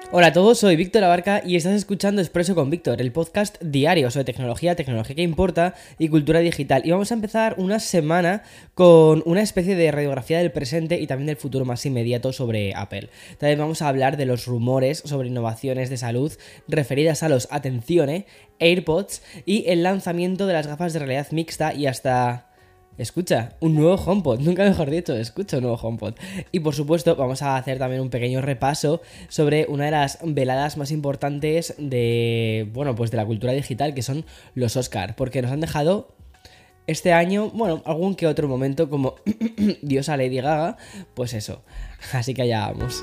Hola a todos, soy Víctor Abarca y estás escuchando Expreso con Víctor, el podcast diario sobre tecnología que importa y cultura digital. Y vamos a empezar una semana con una especie de radiografía del presente y también del futuro más inmediato sobre Apple. También vamos a hablar de los rumores sobre innovaciones de salud referidas a los, atención, AirPods y el lanzamiento de las gafas de realidad mixta y hasta... Escucha, un nuevo HomePod, nunca mejor dicho, escucha un nuevo HomePod. Y por supuesto vamos a hacer también un pequeño repaso sobre una de las veladas más importantes de, de la cultura digital, que son los Oscar, porque nos han dejado este año, algún que otro momento como Diosa Lady Gaga, pues eso, así que allá vamos.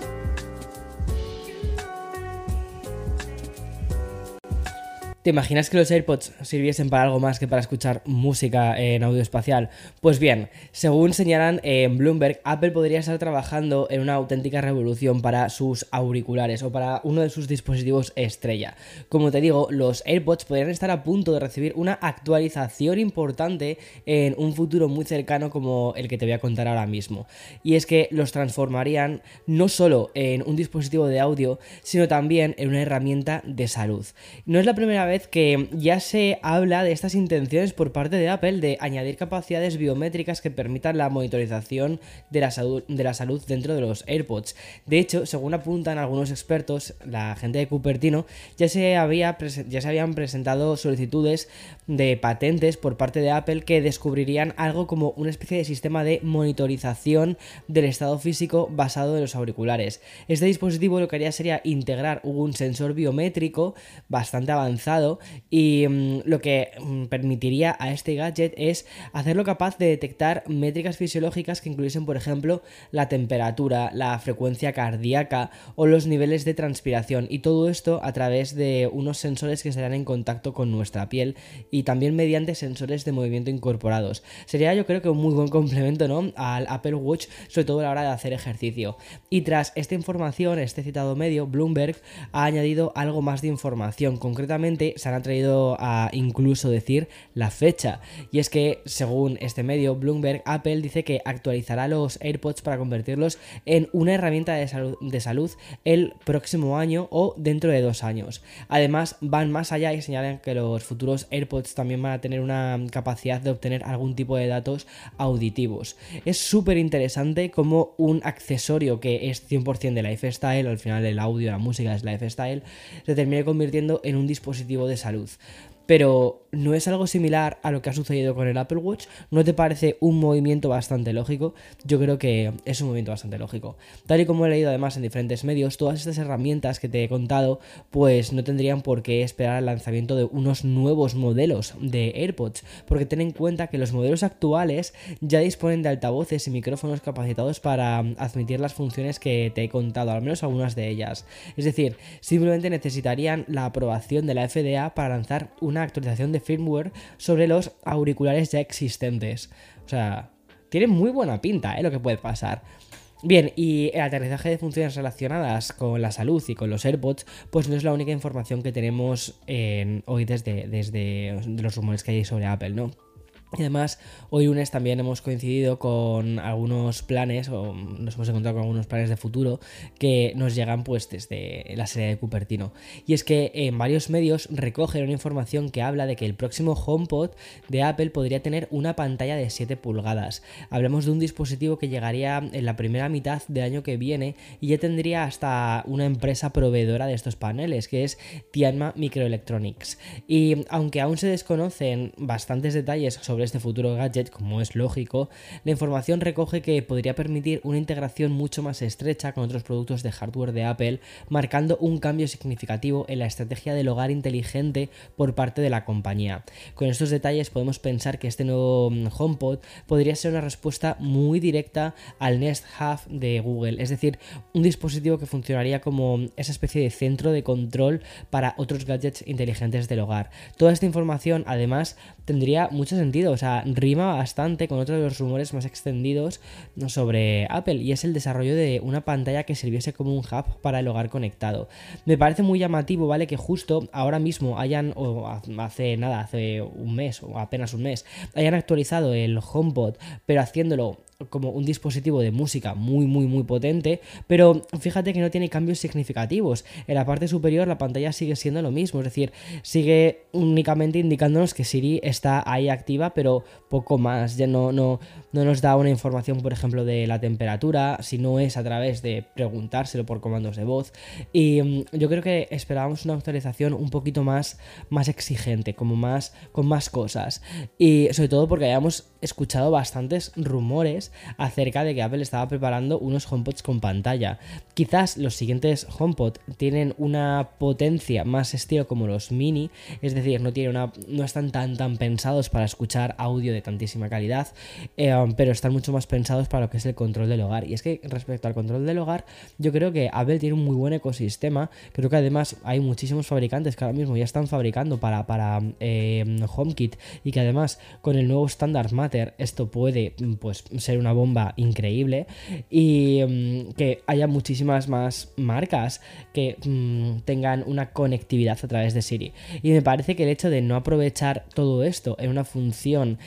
¿Te imaginas que los AirPods sirviesen para algo más que para escuchar música en audio espacial? Pues bien, según señalan en Bloomberg, Apple podría estar trabajando en una auténtica revolución para sus auriculares o para uno de sus dispositivos estrella. Como te digo, los AirPods podrían estar a punto de recibir una actualización importante en un futuro muy cercano como el que te voy a contar ahora mismo. Y es que los transformarían no solo en un dispositivo de audio, sino también en una herramienta de salud. No es la primera vez que ya se habla de estas intenciones por parte de Apple de añadir capacidades biométricas que permitan la monitorización de la salud dentro de los AirPods. De hecho, según apuntan algunos expertos, la gente de Cupertino, ya se habían presentado solicitudes de patentes por parte de Apple que descubrirían algo como una especie de sistema de monitorización del estado físico basado en los auriculares. Este dispositivo lo que haría sería integrar un sensor biométrico bastante avanzado y lo que permitiría a este gadget es hacerlo capaz de detectar métricas fisiológicas que incluyesen, por ejemplo, la temperatura, la frecuencia cardíaca o los niveles de transpiración, y todo esto a través de unos sensores que estarán en contacto con nuestra piel y también mediante sensores de movimiento incorporados. Sería, yo creo, que un muy buen complemento, ¿no?, al Apple Watch, sobre todo a la hora de hacer ejercicio. Y tras esta información, este citado medio, Bloomberg ha añadido algo más de información. Concretamente, se han atrevido a incluso decir la fecha, y es que según este medio, Bloomberg, Apple dice que actualizará los AirPods para convertirlos en una herramienta de salud el próximo año o dentro de 2 años. Además, van más allá y señalan que los futuros AirPods también van a tener una capacidad de obtener algún tipo de datos auditivos. Es súper interesante como un accesorio que es 100% de lifestyle, al final el audio, la música es lifestyle, se termine convirtiendo en un dispositivo de salud. Pero ¿no es algo similar a lo que ha sucedido con el Apple Watch? ¿No te parece un movimiento bastante lógico? Yo creo que es un movimiento bastante lógico. Tal y como he leído además en diferentes medios, todas estas herramientas que te he contado pues no tendrían por qué esperar al lanzamiento de unos nuevos modelos de AirPods, porque ten en cuenta que los modelos actuales ya disponen de altavoces y micrófonos capacitados para admitir las funciones que te he contado, al menos algunas de ellas. Es decir, simplemente necesitarían la aprobación de la FDA para lanzar una actualización de firmware sobre los auriculares ya existentes. O sea, tiene muy buena pinta, lo que puede pasar. Bien, y el aterrizaje de funciones relacionadas con la salud y con los AirPods, pues no es la única información que tenemos hoy desde los rumores que hay sobre Apple, ¿no? Y además, hoy lunes también hemos coincidido con algunos planes, o nos hemos encontrado con algunos planes de futuro que nos llegan pues desde la serie de Cupertino. Y es que en varios medios recogen una información que habla de que el próximo HomePod de Apple podría tener una pantalla de 7 pulgadas. Hablamos de un dispositivo que llegaría en la primera mitad del año que viene y ya tendría hasta una empresa proveedora de estos paneles, que es Tianma Microelectronics. Y aunque aún se desconocen bastantes detalles sobre este futuro gadget, como es lógico, la información recoge que podría permitir una integración mucho más estrecha con otros productos de hardware de Apple, marcando un cambio significativo en la estrategia del hogar inteligente por parte de la compañía. Con estos detalles podemos pensar que este nuevo HomePod podría ser una respuesta muy directa al Nest Hub de Google, es decir, un dispositivo que funcionaría como esa especie de centro de control para otros gadgets inteligentes del hogar. Toda esta información, además, tendría mucho sentido, o sea, rima bastante con otro de los rumores más extendidos sobre Apple, y es el desarrollo de una pantalla que sirviese como un hub para el hogar conectado. Me parece muy llamativo, ¿vale?, que justo ahora mismo hayan, o hace un mes, o apenas un mes, hayan actualizado el HomePod, pero haciéndolo como un dispositivo de música muy muy muy potente, pero fíjate que no tiene cambios significativos. En la parte superior la pantalla sigue siendo lo mismo, es decir, sigue únicamente indicándonos que Siri está ahí activa, pero poco más. Ya no nos da una información, por ejemplo, de la temperatura, si no es a través de preguntárselo por comandos de voz. Y yo creo que esperábamos una actualización un poquito más exigente, como con más cosas. Y sobre todo porque habíamos escuchado bastantes rumores acerca de que Apple estaba preparando unos HomePods con pantalla. Quizás los siguientes HomePod tienen una potencia más estilo como los mini, es decir, no están tan pensados para escuchar audio de tantísima calidad, pero están mucho más pensados para lo que es el control del hogar. Y es que respecto al control del hogar, yo creo que Apple tiene un muy buen ecosistema. Creo que además hay muchísimos fabricantes que ahora mismo ya están fabricando para HomeKit, y que además con el nuevo estándar Matter esto puede pues ser una bomba increíble, y que haya muchísimas más marcas que tengan una conectividad a través de Siri. Y me parece que el hecho de no aprovechar todo esto en una función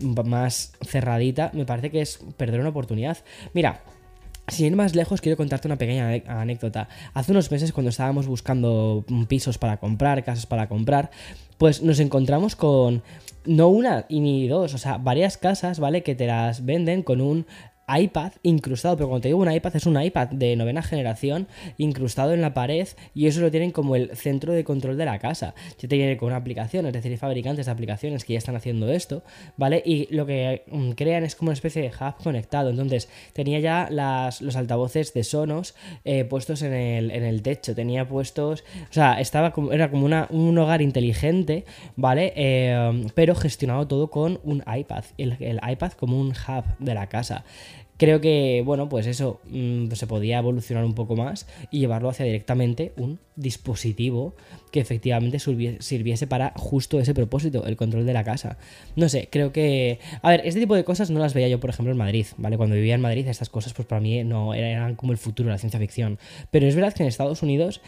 más cerradita, me parece que es perder una oportunidad. Mira, sin ir más lejos, quiero contarte una pequeña anécdota. Hace unos meses, cuando estábamos buscando pisos para comprar, casas para comprar, pues nos encontramos con no una y ni dos, o sea, varias casas, ¿vale? Que te las venden con un iPad incrustado, pero cuando te digo un iPad, es un iPad de 9ª generación incrustado en la pared, y eso lo tienen como el centro de control de la casa. Ya te viene con una aplicación, es decir, hay fabricantes de aplicaciones que ya están haciendo esto, ¿vale? Y lo que crean es como una especie de hub conectado. Entonces tenía ya los altavoces de Sonos puestos en el techo, tenía puestos, o sea, era como un hogar inteligente, ¿vale? Pero gestionado todo con un iPad, el iPad como un hub de la casa. Creo que, bueno, pues eso se podía evolucionar un poco más y llevarlo hacia directamente un dispositivo que efectivamente sirviese para justo ese propósito, el control de la casa. No sé, creo que... A ver, este tipo de cosas no las veía yo, por ejemplo, en Madrid, ¿vale? Cuando vivía en Madrid, estas cosas, pues para mí no eran como el futuro, la ciencia ficción. Pero es verdad que en Estados Unidos,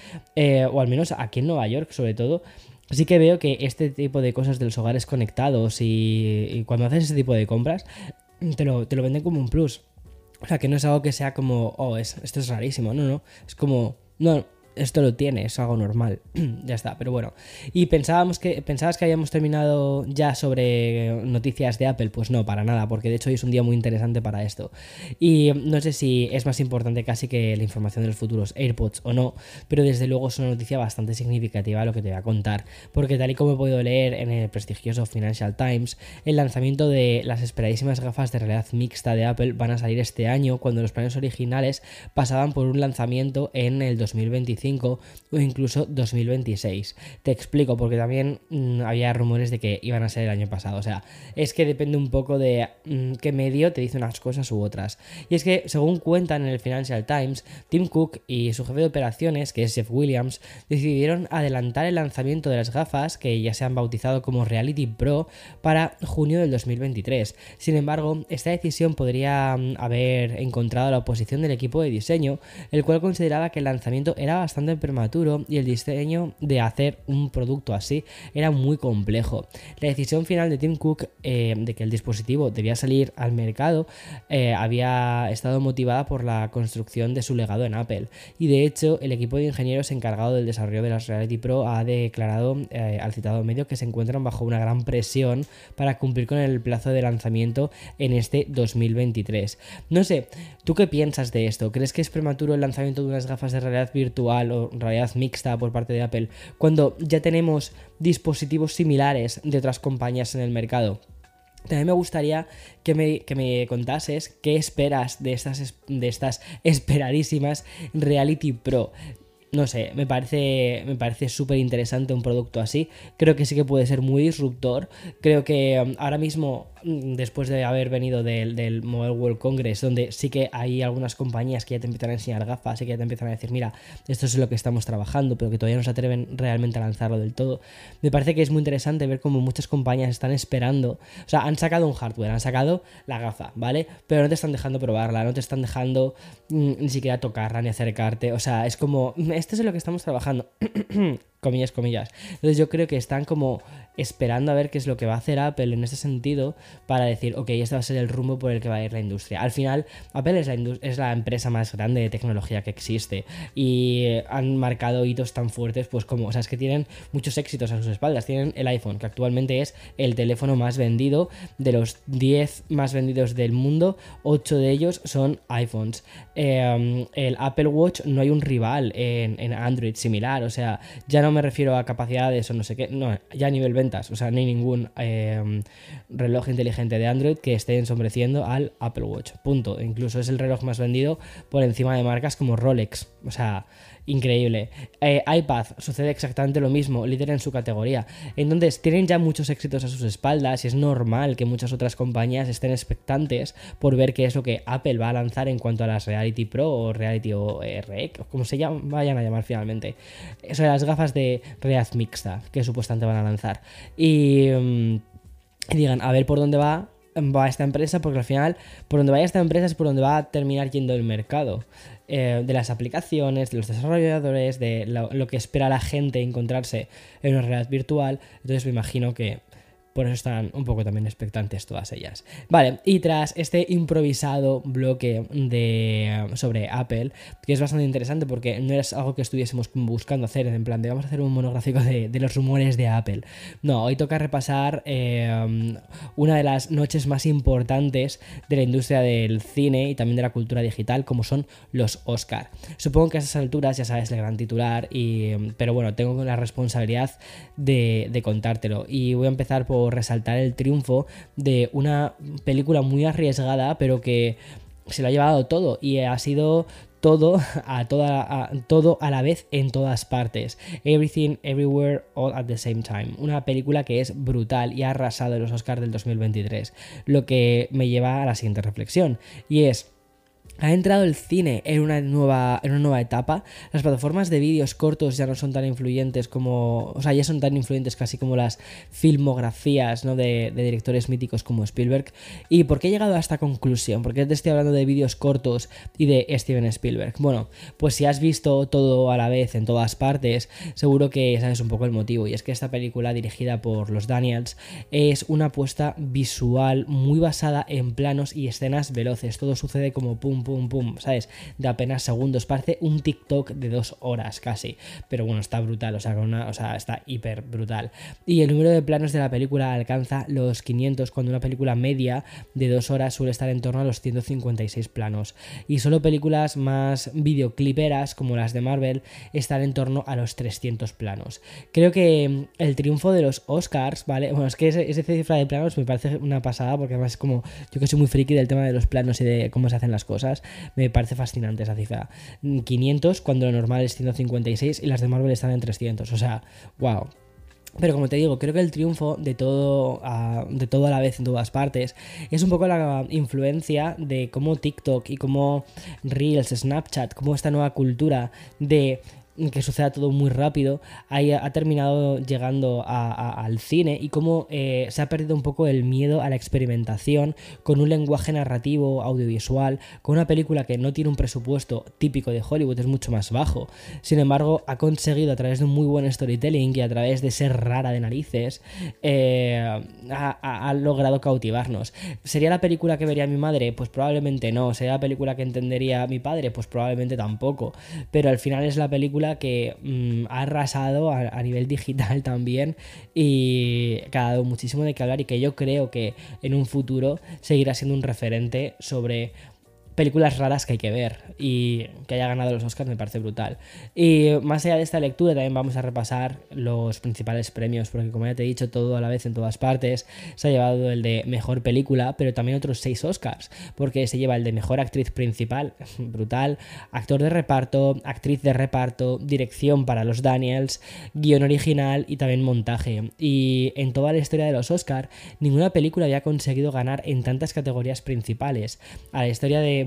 o al menos aquí en Nueva York, sobre todo, sí que veo que este tipo de cosas de los hogares conectados y cuando haces ese tipo de compras, te lo venden como un plus. O sea, que no es algo que sea como, esto es rarísimo, no, es como, no, esto lo tiene, es algo normal, ya está, pero bueno. Y pensabas que habíamos terminado ya sobre noticias de Apple, pues no, para nada, porque de hecho hoy es un día muy interesante para esto. Y no sé si es más importante casi que la información de los futuros AirPods o no, pero desde luego es una noticia bastante significativa lo que te voy a contar, porque tal y como he podido leer en el prestigioso Financial Times, el lanzamiento de las esperadísimas gafas de realidad mixta de Apple van a salir este año, cuando los planes originales pasaban por un lanzamiento en el 2025 o incluso 2026. Te explico, porque también había rumores de que iban a ser el año pasado. O sea, es que depende un poco de qué medio te dice unas cosas u otras. Y es que, según cuentan en el Financial Times, Tim Cook y su jefe de operaciones, que es Jeff Williams, decidieron adelantar el lanzamiento de las gafas, que ya se han bautizado como Reality Pro, para junio del 2023. Sin embargo, esta decisión podría haber encontrado la oposición del equipo de diseño, el cual consideraba que el lanzamiento era bastante prematuro y el diseño de hacer un producto así era muy complejo. La decisión final de Tim Cook de que el dispositivo debía salir al mercado había estado motivada por la construcción de su legado en Apple, y de hecho el equipo de ingenieros encargado del desarrollo de las Reality Pro ha declarado al citado medio que se encuentran bajo una gran presión para cumplir con el plazo de lanzamiento en este 2023. No sé, ¿tú qué piensas de esto? ¿Crees que es prematuro el lanzamiento de unas gafas de realidad virtual o realidad mixta por parte de Apple cuando ya tenemos dispositivos similares de otras compañías en el mercado? También me gustaría que me contases qué esperas de estas esperadísimas Reality Pro. No sé, me parece súper interesante un producto así. Creo que sí que puede ser muy disruptor. Creo que ahora mismo, después de haber venido del Mobile World Congress, donde sí que hay algunas compañías que ya te empiezan a enseñar gafas y que ya te empiezan a decir, mira, esto es lo que estamos trabajando, pero que todavía no se atreven realmente a lanzarlo del todo. Me parece que es muy interesante ver cómo muchas compañías están esperando. O sea, han sacado un hardware, han sacado la gafa, ¿vale? Pero no te están dejando probarla, no te están dejando ni siquiera tocarla ni acercarte. O sea, es como, esto es en lo que estamos trabajando. comillas, comillas. Entonces yo creo que están como esperando a ver qué es lo que va a hacer Apple en ese sentido para decir, ok, este va a ser el rumbo por el que va a ir la industria. Al final, Apple es la empresa más grande de tecnología que existe y han marcado hitos tan fuertes, pues como, o sea, es que tienen muchos éxitos a sus espaldas. Tienen el iPhone, que actualmente es el teléfono más vendido. De los 10 más vendidos del mundo, 8 de ellos son iPhones. El Apple Watch no hay un rival en Android similar, o sea, ya no me refiero a capacidades o no sé qué, no, ya a nivel ventas, o sea, no hay ningún reloj inteligente de Android que esté ensombreciendo al Apple Watch, punto. Incluso es el reloj más vendido por encima de marcas como Rolex, o sea, increíble. iPad sucede exactamente lo mismo, líder en su categoría. Entonces tienen ya muchos éxitos a sus espaldas y es normal que muchas otras compañías estén expectantes por ver qué es lo que Apple va a lanzar en cuanto a las Reality Pro o Reality o RX, o como se vayan a llamar finalmente. Eso de las gafas de realidad mixta que supuestamente van a lanzar. Y digan, a ver por dónde va esta empresa, porque al final por donde vaya esta empresa es por donde va a terminar yendo el mercado, de las aplicaciones, de los desarrolladores, de lo que espera la gente encontrarse en una realidad virtual. Entonces me imagino que por eso están un poco también expectantes todas ellas. Vale, y tras este improvisado bloque sobre Apple, que es bastante interesante porque no es algo que estuviésemos buscando hacer, en plan de vamos a hacer un monográfico de los rumores de Apple. No, hoy toca repasar una de las noches más importantes de la industria del cine y también de la cultura digital, como son los Oscar. Supongo que a esas alturas ya sabes el gran titular, pero bueno, tengo la responsabilidad de contártelo. Y voy a empezar por resaltar el triunfo de una película muy arriesgada, pero que se lo ha llevado todo y ha sido todo todo a la vez en todas partes. Everything, Everywhere, All at the Same Time. Una película que es brutal y ha arrasado en los Oscars del 2023. Lo que me lleva a la siguiente reflexión, y es: ha entrado el cine en una nueva etapa. Las plataformas de vídeos cortos ya no son tan influyentes como... O sea, ya son tan influyentes casi como las filmografías, ¿no?, de directores míticos como Spielberg. ¿Y por qué he llegado a esta conclusión? ¿Por qué te estoy hablando de vídeos cortos y de Steven Spielberg? Bueno, pues si has visto todo a la vez en todas partes, seguro que sabes un poco el motivo. Y es que esta película, dirigida por los Daniels, es una apuesta visual muy basada en planos y escenas veloces. Todo sucede como pum, pum, pum, ¿sabes? De apenas segundos. Parece un TikTok de 2 horas casi. Pero bueno, está brutal, o sea, está hiper brutal. Y el número de planos de la película alcanza los 500, cuando una película media de 2 horas suele estar en torno a los 156 planos. Y solo películas más videocliperas, como las de Marvel, están en torno a los 300 planos. Creo que el triunfo de los Oscars, ¿vale? Bueno, es que esa cifra de planos me parece una pasada, porque además es como... Yo que soy muy friki del tema de los planos y de cómo se hacen las cosas, me parece fascinante esa cifra. 500 cuando lo normal es 156 y las de Marvel están en 300, o sea, wow. Pero como te digo, creo que el triunfo de todo a la vez en todas partes es un poco la influencia de cómo TikTok y cómo Reels, Snapchat, cómo esta nueva cultura de que suceda todo muy rápido ha terminado llegando al cine, y cómo se ha perdido un poco el miedo a la experimentación con un lenguaje narrativo audiovisual, con una película que no tiene un presupuesto típico de Hollywood, es mucho más bajo. Sin embargo, ha conseguido, a través de un muy buen storytelling y a través de ser rara de narices, ha logrado cautivarnos. ¿Sería la película que vería mi madre? Pues probablemente no. ¿Sería la película que entendería mi padre? Pues probablemente tampoco. Pero al final es la película que ha arrasado a nivel digital también, y que ha dado muchísimo de qué hablar, y que yo creo que en un futuro seguirá siendo un referente sobre películas raras que hay que ver, y que haya ganado los Oscars me parece brutal. Y más allá de esta lectura también vamos a repasar los principales premios, porque como ya te he dicho, todo a la vez en todas partes. Se ha llevado el de mejor película, pero también otros 6 Oscars, porque se lleva el de mejor actriz principal, brutal, actor de reparto, actriz de reparto, dirección para los Daniels, guión original y también montaje. Y en toda la historia de los Oscars, ninguna película había conseguido ganar en tantas categorías principales. A la historia de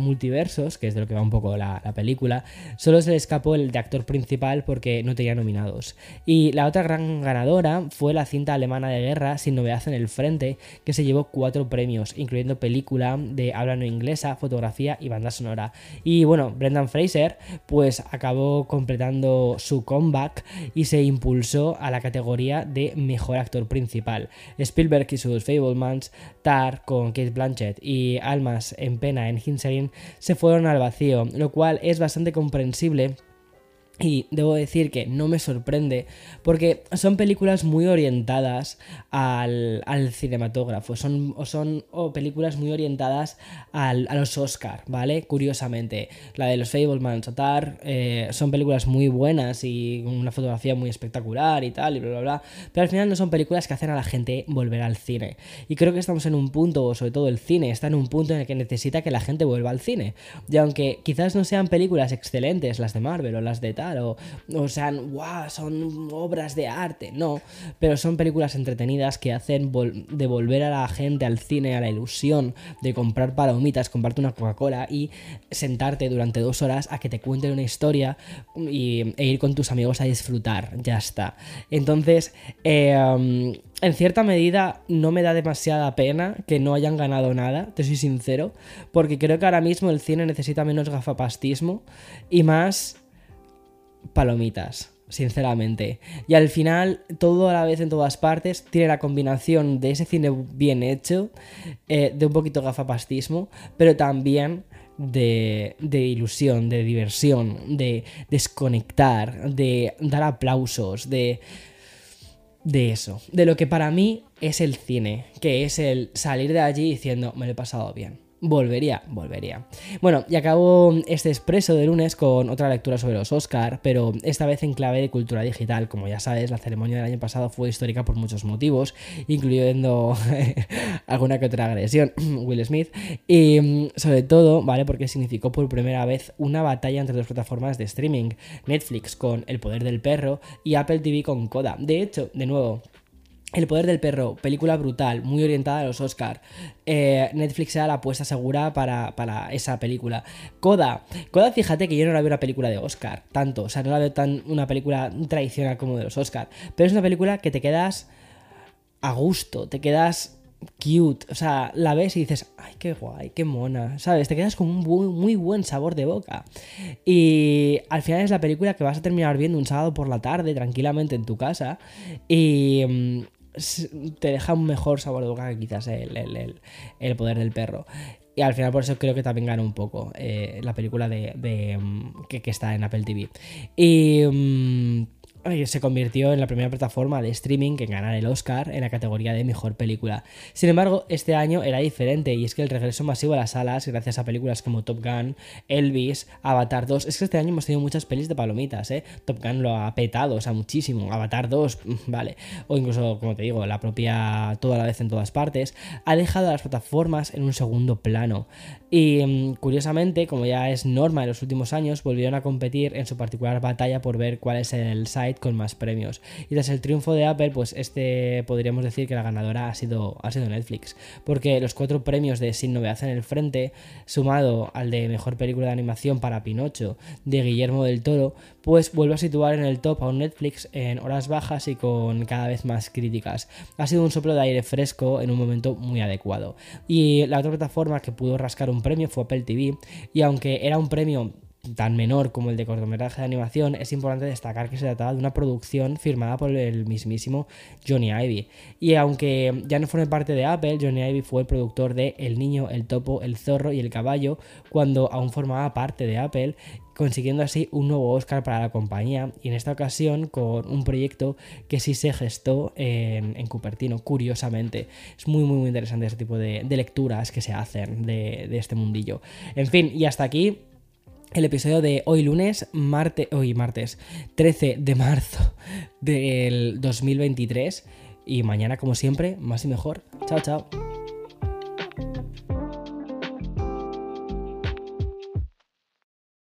multiversos, que es de lo que va un poco la película, solo se le escapó el de actor principal porque no tenía nominados. Y la otra gran ganadora fue la cinta alemana de guerra Sin novedad en el frente, que se llevó 4 premios, incluyendo película de habla no inglesa, fotografía y banda sonora. Y bueno, Brendan Fraser pues acabó completando su comeback y se impulsó a la categoría de mejor actor principal. Spielberg y sus Fabelmans, Tar con Kate Blanchett y Almas en pena en Hinserin se fueron al vacío, lo cual es bastante comprensible. Y debo decir que no me sorprende porque son películas muy orientadas al cinematógrafo, son películas muy orientadas a los Oscar, ¿vale? Curiosamente, la de los Fabelmans o Tar son películas muy buenas y una fotografía muy espectacular y tal, y bla, bla, bla, pero al final no son películas que hacen a la gente volver al cine. Y creo que estamos en un punto, o sobre todo el cine, está en un punto en el que necesita que la gente vuelva al cine. Y aunque quizás no sean películas excelentes las de Marvel o las de tal, o sean, wow, son obras de arte, no, pero son películas entretenidas que hacen devolver a la gente al cine, a la ilusión de comprar palomitas, comprarte una Coca-Cola y sentarte durante 2 horas a que te cuenten una historia e ir con tus amigos a disfrutar, ya está. Entonces, en cierta medida no me da demasiada pena que no hayan ganado nada, te soy sincero, porque creo que ahora mismo el cine necesita menos gafapastismo y más palomitas, sinceramente. Y al final, todo a la vez en todas partes tiene la combinación de ese cine bien hecho, de un poquito gafapastismo, pero también de ilusión, de diversión, de desconectar, de dar aplausos, de eso, de lo que para mí es el cine, que es el salir de allí diciendo, me lo he pasado bien. Volvería. Bueno, y acabo este expreso de lunes con otra lectura sobre los Oscar, pero esta vez en clave de cultura digital. Como ya sabes, la ceremonia del año pasado fue histórica por muchos motivos, incluyendo alguna que otra agresión, Will Smith, y sobre todo, ¿vale? Porque significó por primera vez una batalla entre 2 plataformas de streaming, Netflix con El poder del perro y Apple TV con Coda. De hecho, de nuevo, El poder del perro, película brutal, muy orientada a los Oscar. Netflix era la apuesta segura para esa película. Coda, fíjate que yo no la veo una película de Oscar, tanto, o sea, no la veo tan una película tradicional como de los Oscar, pero es una película que te quedas a gusto, te quedas cute, o sea, la ves y dices, ay, qué guay, qué mona, ¿sabes? Te quedas con un muy buen sabor de boca. Y al final es la película que vas a terminar viendo un sábado por la tarde, tranquilamente en tu casa, y te deja un mejor sabor de boca que quizás el poder del perro. Y al final por eso creo que también gana un poco la película que está en Apple TV. Y se convirtió en la primera plataforma de streaming en ganar el Oscar en la categoría de mejor película. Sin embargo, este año era diferente, y es que el regreso masivo a las salas, gracias a películas como Top Gun, Elvis, Avatar 2, es que este año hemos tenido muchas pelis de palomitas, Top Gun lo ha petado, o sea, muchísimo. Avatar 2, vale, o incluso, como te digo, la propia Toda la vez en todas partes, ha dejado a las plataformas en un segundo plano. Y curiosamente, como ya es norma en los últimos años, volvieron a competir en su particular batalla por ver cuál es el site con más premios. Y tras el triunfo de Apple, pues podríamos decir que la ganadora ha sido Netflix, porque los 4 premios de Sin novedad en el frente, sumado al de mejor película de animación para Pinocho de Guillermo del Toro, pues vuelve a situar en el top a un Netflix en horas bajas y con cada vez más críticas. Ha sido un soplo de aire fresco en un momento muy adecuado. Y la otra plataforma que pudo rascar un premio fue Apple TV, y aunque era un premio tan menor como el de cortometraje de animación, es importante destacar que se trataba de una producción firmada por el mismísimo Johnny Ive. Y aunque ya no forme parte de Apple, Johnny Ive fue el productor de El niño, el topo, el zorro y el caballo cuando aún formaba parte de Apple, consiguiendo así un nuevo Oscar para la compañía, y en esta ocasión con un proyecto que sí se gestó en Cupertino, curiosamente. Es muy interesante ese tipo de lecturas que se hacen de este mundillo. En fin, y hasta aquí el episodio de hoy martes 13 de marzo del 2023, y mañana como siempre, más y mejor. Chao.